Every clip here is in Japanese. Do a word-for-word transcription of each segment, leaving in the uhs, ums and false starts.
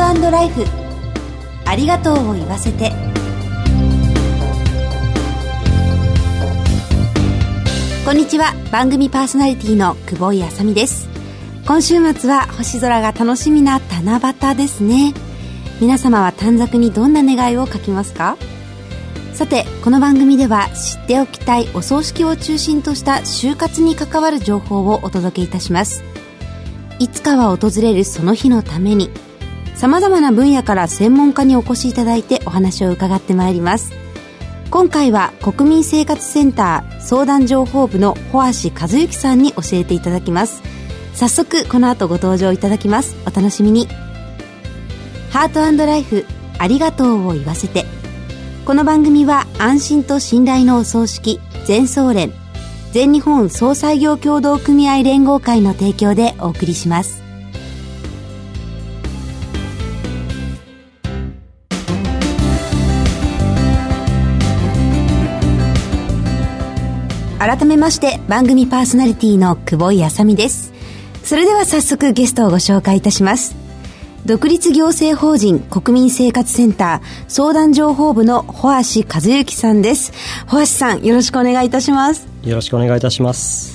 アンドライフ、ありがとうを言わせて。こんにちは、番組パーソナリティの久保井あさみです。今週末は星空が楽しみな七夕ですね。皆様は短冊にどんな願いを書きますか？さて、この番組では知っておきたいお葬式を中心とした就活に関わる情報をお届けいたします。いつかは訪れるその日のために、様々な分野から専門家にお越しいただいてお話を伺ってまいります。今回は国民生活センター相談情報部の保橋和幸さんに教えていただきます。早速この後ご登場いただきます。お楽しみに。ハート&ライフ、ありがとうを言わせて。この番組は安心と信頼のお葬式全総連、全日本葬祭業協同組合連合会の提供でお送りします。改めまして番組パーソナリティの久保井あさみです。それでは早速ゲストをご紹介いたします。独立行政法人国民生活センター相談情報部の保橋和幸さんです。保橋さん、よろしくお願いいたします。 よろしくお願いいたします。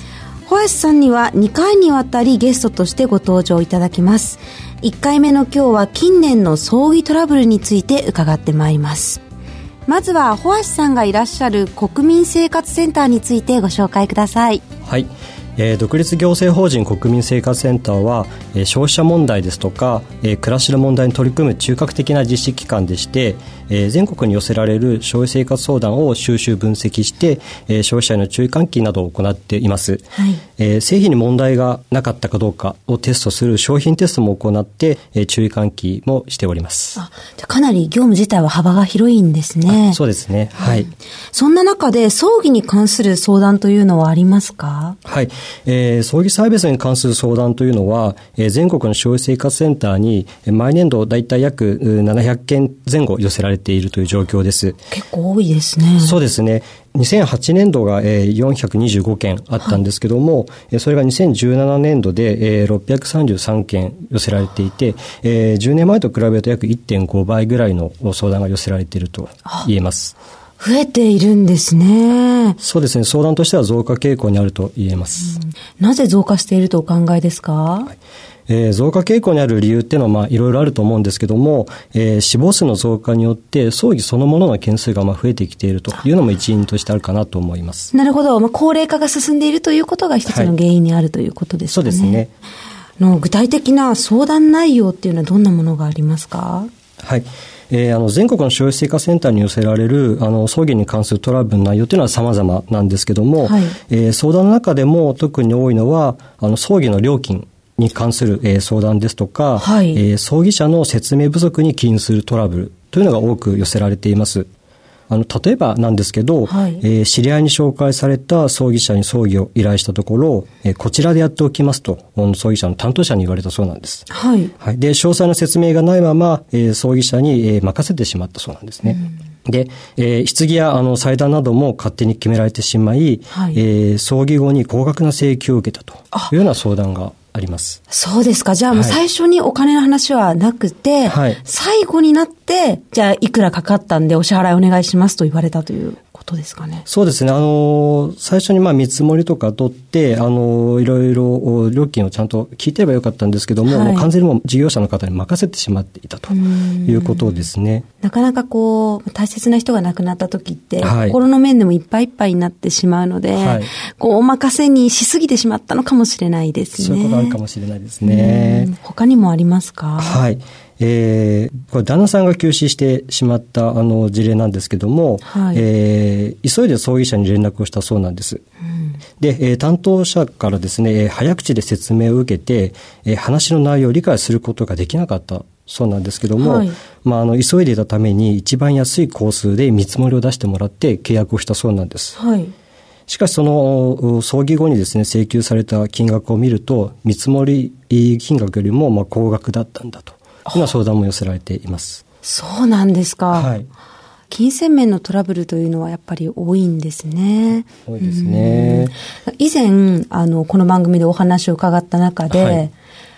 保橋さんにはにかいにわたりゲストとしてご登場いただきます。いっかいめの今日は近年の葬儀トラブルについて伺ってまいります。まずは保橋さんがいらっしゃる国民生活センターについてご紹介ください。 はい、えー、独立行政法人国民生活センターは、えー、消費者問題ですとか、えー、暮らしの問題に取り組む中核的な実施機関でして、えー、全国に寄せられる消費生活相談を収集分析して、えー、消費者への注意喚起などを行っています、はい。えー、製品に問題がなかったかどうかをテストする商品テストも行って、えー、注意喚起もしております。 あ、じゃあかなり業務自体は幅が広いんですね。 そうですね、はい、うん。 そんな中で葬儀に関する相談というのはありますか？ はい、えー、葬儀サービスに関する相談というのは、えー、全国の消費生活センターに毎年度だいたい約ななひゃくけん前後寄せられているという状況です。 結構多いですね。 そうですね。にせんはちねんどがよんひゃくにじゅうごけんあったんですけども、はい、それがにせんじゅうななねんどでろっぴゃくさんじゅうさんけん寄せられていて、じゅうねんまえと比べると約 いってんごばいぐらいの相談が寄せられていると言えます。 増えているんですね。 そうですね。相談としては増加傾向にあると言えます。 うん、なぜ増加しているとお考えですか？はい、 えー、増加傾向にある理由っていうのはまあいろいろあると思うんですけども、えー、死亡数の増加によって葬儀そのものの件数がまあ増えてきているというのも一因としてあるかなと思います。 なるほど。まあ、高齢化が進んでいるということが一つの原因にあるということですかね。 はい、そうですね。 の具体的な相談内容っていうのはどんなものがありますか？ はい。えー、あの全国の消費生活センターに寄せられるあの葬儀に関するトラブルの内容というのは様々なんですけども、はい、えー、相談の中でも特に多いのはあの葬儀の料金に関する、えー、相談ですとか、はい、えー、葬儀者の説明不足に起因するトラブルというのが多く寄せられています。あの例えばなんですけど、はい、えー、知り合いに紹介された葬儀者に葬儀を依頼したところ、えー、こちらでやっておきますと葬儀者の担当者に言われたそうなんです。はい。はい、で、詳細な説明がないまま、えー、葬儀者に、えー、任せてしまったそうなんですね。うん、で、えー、棺やあの祭壇なども勝手に決められてしまい、はい、えー、葬儀後に高額な請求を受けたというような相談があります。 そうですか。じゃあもう最初にお金の話はなくて、はい、最後になって、じゃあいくらかかったんでお支払いお願いしますと言われたということですかね。 そうですね。あの、最初にまあ見積もりとか取って、あの、いろいろ料金をちゃんと聞いてればよかったんですけども、はい、もう完全にもう事業者の方に任せてしまっていたということですね。 なかなかこう、大切な人が亡くなった時って、はい、心の面でもいっぱいいっぱいになってしまうので、はい、こう、お任せにしすぎてしまったのかもしれないですね。 そういうことあるかもしれないですね。 他にもありますか？ はい。えー、これ旦那さんが急死してしまったあの事例なんですけども、はい、えー、急いで葬儀社に連絡をしたそうなんです。うん、で、えー、担当者からですね、早口で説明を受けて、えー、話の内容を理解することができなかったそうなんですけども、はい、まあ、あの急いでいたために一番安いコースで見積もりを出してもらって契約をしたそうなんです。はい、しかしその葬儀後にですね請求された金額を見ると見積もり金額よりもまあ高額だったんだというような相談も寄せられています。 そうなんですか。はい、金銭面のトラブルというのはやっぱり多いんですね。 多いですね。 以前あのこの番組でお話を伺った中で、はい、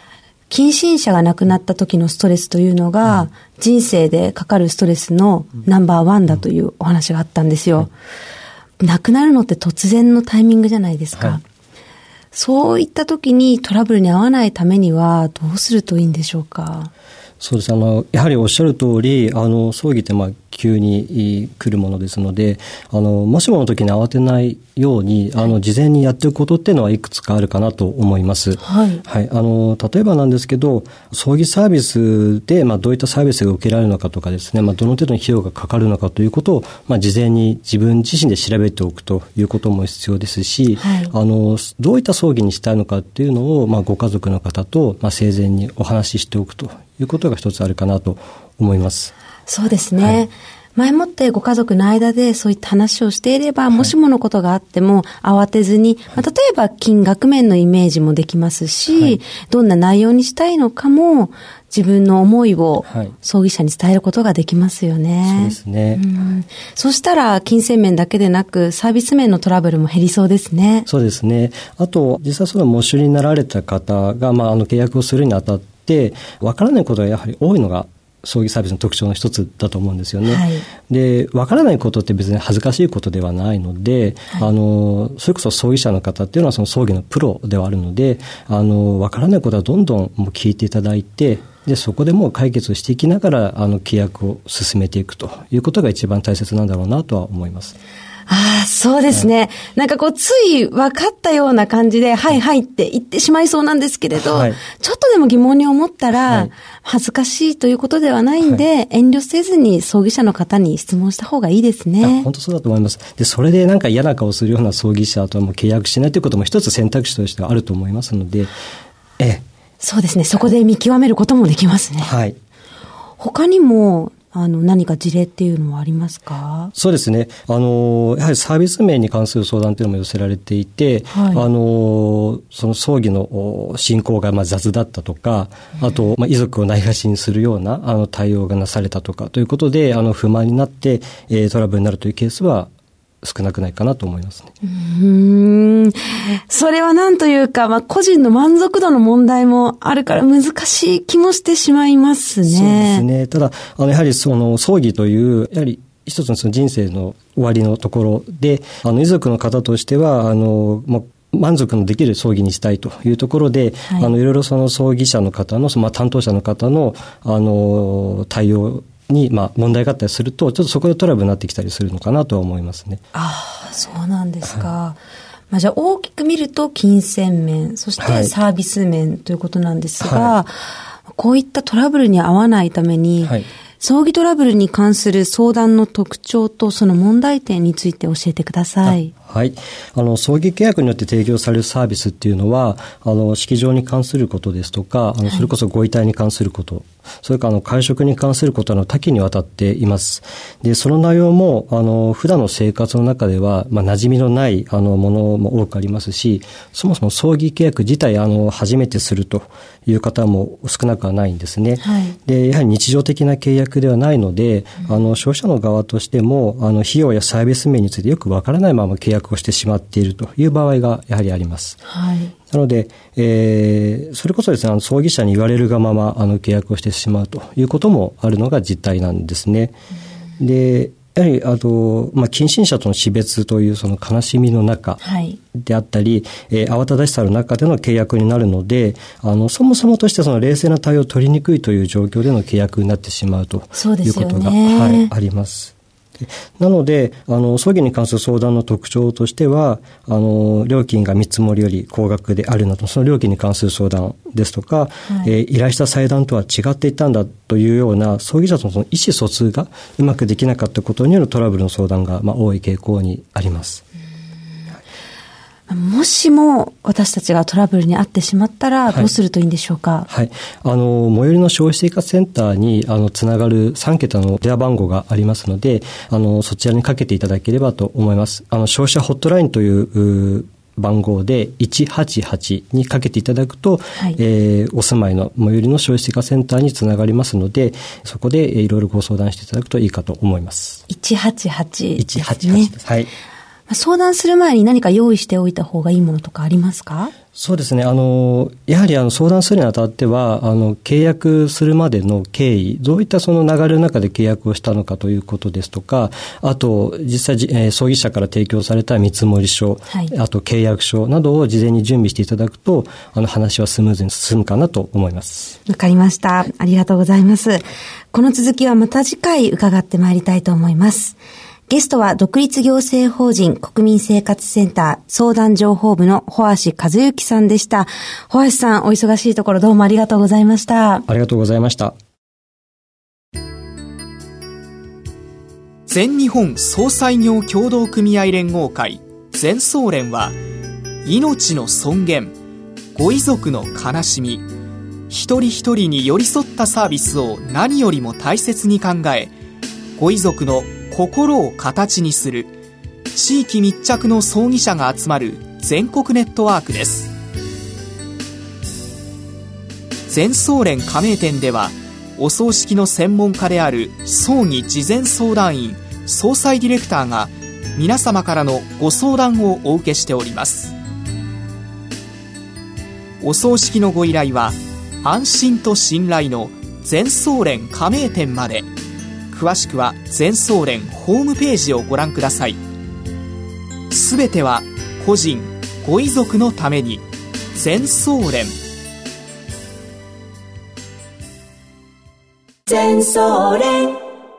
近親者が亡くなった時のストレスというのが、うん、人生でかかるストレスのナンバーワンだというお話があったんですよ。うん、亡くなるのって突然のタイミングじゃないですか。はい、そういった時にトラブルに遭わないためにはどうするといいんでしょうか。 そうです。あの、やはりおっしゃる通り、あの、葬儀ってまあ急に来るものですので、あの、もしもの時に慌てないように、あの、事前にやっておくことっていうのはいくつかあるかなと思います。はい。はい。あの、例えばなんですけど、葬儀サービスで、まあ、どういったサービスが受けられるのかとかですね、まあ、どの程度の費用がかかるのかということを、まあ、事前に自分自身で調べておくということも必要ですし、はい、あの、どういった葬儀にしたいのかっていうのを、まあ、ご家族の方と、まあ、生前にお話ししておくということが一つあるかなと思います。 そうですね。はい、前もってご家族の間でそういった話をしていれば、はい、もしものことがあっても慌てずに、はい、まあ、例えば金額面のイメージもできますし、はい、どんな内容にしたいのかも自分の思いを葬儀社に伝えることができますよね。 そうですね。うん、 そしたら金銭面だけでなくサービス面のトラブルも減りそうですね。 そうですね。あと実際その喪主になられた方が、まあ、あの契約をするにあたってわからないことがやはり多いのが葬儀サービスの特徴の一つだと思うんですよね。はい、で、わからないことって別に恥ずかしいことではないので、はい、あの、それこそ葬儀社の方っていうのはその葬儀のプロではあるので、あの、わからないことはどんどんもう聞いていただいて、で、そこでもう解決をしていきながら、あの、契約を進めていくということが一番大切なんだろうなとは思います。 ああ、そうですね。はい、なんかこう、つい分かったような感じで、はいはいって言ってしまいそうなんですけれど、はい、ちょっとでも疑問に思ったら、はい、恥ずかしいということではないんで、はい、遠慮せずに葬儀社の方に質問した方がいいですね。 本当そうだと思います。で、それでなんか嫌な顔するような葬儀社とはもう契約しないということも一つ選択肢としてはあると思いますので、ええ。 そうですね。そこで見極めることもできますね。はい。他にも、あの、何か事例っていうのはありますか？ そうですね。あの、やはりサービス面に関する相談というのも寄せられていて、はい、あの、その葬儀の進行がまあ雑だったとか、あと、まあ、遺族をないがしにするようなあの対応がなされたとかということで、あの、不満になって、えー、トラブルになるというケースは少なくないかなと思いますね。 うーん。それはなんというか、まあ、個人の満足度の問題もあるから難しい気もしてしまいますね。そうですね。ただ、あの、やはりその葬儀という、やはり一つのその人生の終わりのところで、あの、遺族の方としては、あの、もう満足のできる葬儀にしたいというところで、はい、あの、いろいろその葬儀者の方の、そのまあ、担当者の方の、あの、対応に、まあ、問題があったりすると、ちょっとそこでトラブルになってきたりするのかなとは思いますね。 ああ、そうなんですか。はい、まあ、じゃあ大きく見ると金銭面、そしてサービス面ということなんですが、はい、こういったトラブルに遭わないために、はい、葬儀トラブルに関する相談の特徴とその問題点について教えてください。 はい。あの、葬儀契約によって提供されるサービスっていうのは、あの、式場に関することですとか、あの、それこそご遺体に関すること、はい、それからあの、会食に関することの多岐にわたっています。で、その内容も、あの、普段の生活の中では、まあ、馴染みのない、あの、ものも多くありますし、そもそも葬儀契約自体、あの、初めてするという方も少なくはないんですね。はい、で、やはり日常的な契約ではないので、うん、あの、消費者の側としても、あの、費用やサービス面についてよくわからないまま契約をしてしまっているという場合がやはりあります。はい、なので、えー、それこそですね、あの葬儀社に言われるがままあの契約をしてしまうということもあるのが実態なんですね。うん、で、やはりあと、まあ、近親者との死別というその悲しみの中であったり、はい、えー、慌ただしさの中での契約になるので、あのそもそもとしてその冷静な対応を取りにくいという状況での契約になってしまうということが、はい、あります。なので、あの、葬儀に関する相談の特徴としては、あの、料金が見積もりより高額であるなど、その料金に関する相談ですとか、はい、えー、依頼した祭壇とは違っていたんだというような、葬儀者とのその意思疎通がうまくできなかったことによるトラブルの相談が、まあ、多い傾向にあります。 もしも私たちがトラブルに遭ってしまったらどうするといいんでしょうか？ はい。はい、あの、最寄りの消費生活センターに、あの、つながるさんけたの電話番号がありますので、あの、そちらにかけていただければと思います。あの、消費者ホットラインという、う番号でいちはちはちにかけていただくと、はい、えー、お住まいの最寄りの消費生活センターにつながりますので、そこでいろいろご相談していただくといいかと思います。 いちはちはちですね。 いちはちはちです。はい。 相談する前に何か用意しておいた方がいいものとかありますか？ そうですね。あの、やはりあの相談するにあたっては、あの、契約するまでの経緯、どういったその流れの中で契約をしたのかということですとか、あと、実際、えー、葬儀社から提供された見積書、はい、あと契約書などを事前に準備していただくと、あの、話はスムーズに進むかなと思います。 わかりました。ありがとうございます。この続きはまた次回伺ってまいりたいと思います。ゲストは独立行政法人国民生活センター相談情報部の保橋和幸さんでした。保橋さん、お忙しいところどうもありがとうございました。 ありがとうございました。 全日本総裁業協同組合連合会全総連は、命の尊厳、ご遺族の悲しみ、一人一人に寄り添ったサービスを何よりも大切に考え、ご遺族の心を形にする地域密着の葬儀社が集まる全国ネットワークです。全総連加盟店では、お葬式の専門家である葬儀事前相談員、葬祭ディレクターが皆様からのご相談をお受けしております。お葬式のご依頼は安心と信頼の全総連加盟店まで。詳しくは全総連ホームページをご覧ください。すべては個人ご遺族のために。全総連。全総連。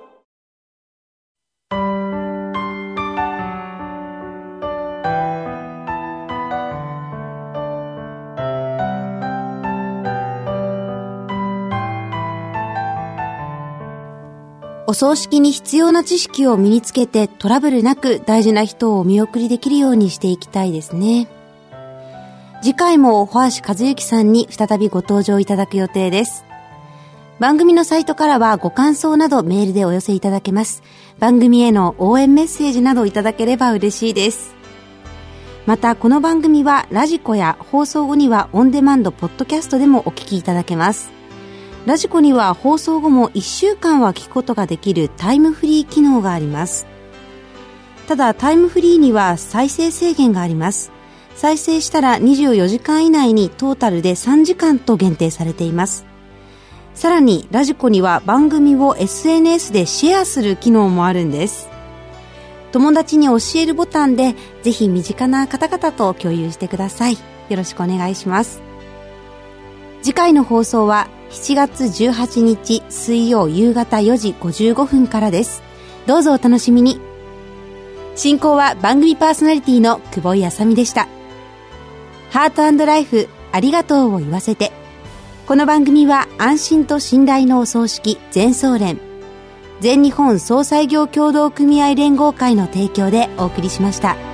お葬式に必要な知識を身につけてトラブルなく大事な人をお見送りできるようにしていきたいですね。次回も保橋和幸さんに再びご登場いただく予定です。番組のサイトからはご感想などメールでお寄せいただけます。番組への応援メッセージなどいただければ嬉しいです。またこの番組はラジコや放送後にはオンデマンドポッドキャストでもお聞きいただけます。ラジコには放送後もいっしゅうかんは聞くことができるタイムフリー機能があります。ただタイムフリーには再生制限があります。再生したらにじゅうよじかん以内にトータルでさんじかんと限定されています。さらにラジコには番組を エスエヌエス でシェアする機能もあるんです。友達に教えるボタンでぜひ身近な方々と共有してください。よろしくお願いします。次回の放送はしちがつじゅうはちにち水曜夕方よじごじゅうごふんからです。どうぞお楽しみに。進行は番組パーソナリティの久保井あさみでした。ハート&ライフありがとうを言わせて。この番組は安心と信頼のお葬式全総連、全日本葬祭業協同組合連合会の提供でお送りしました。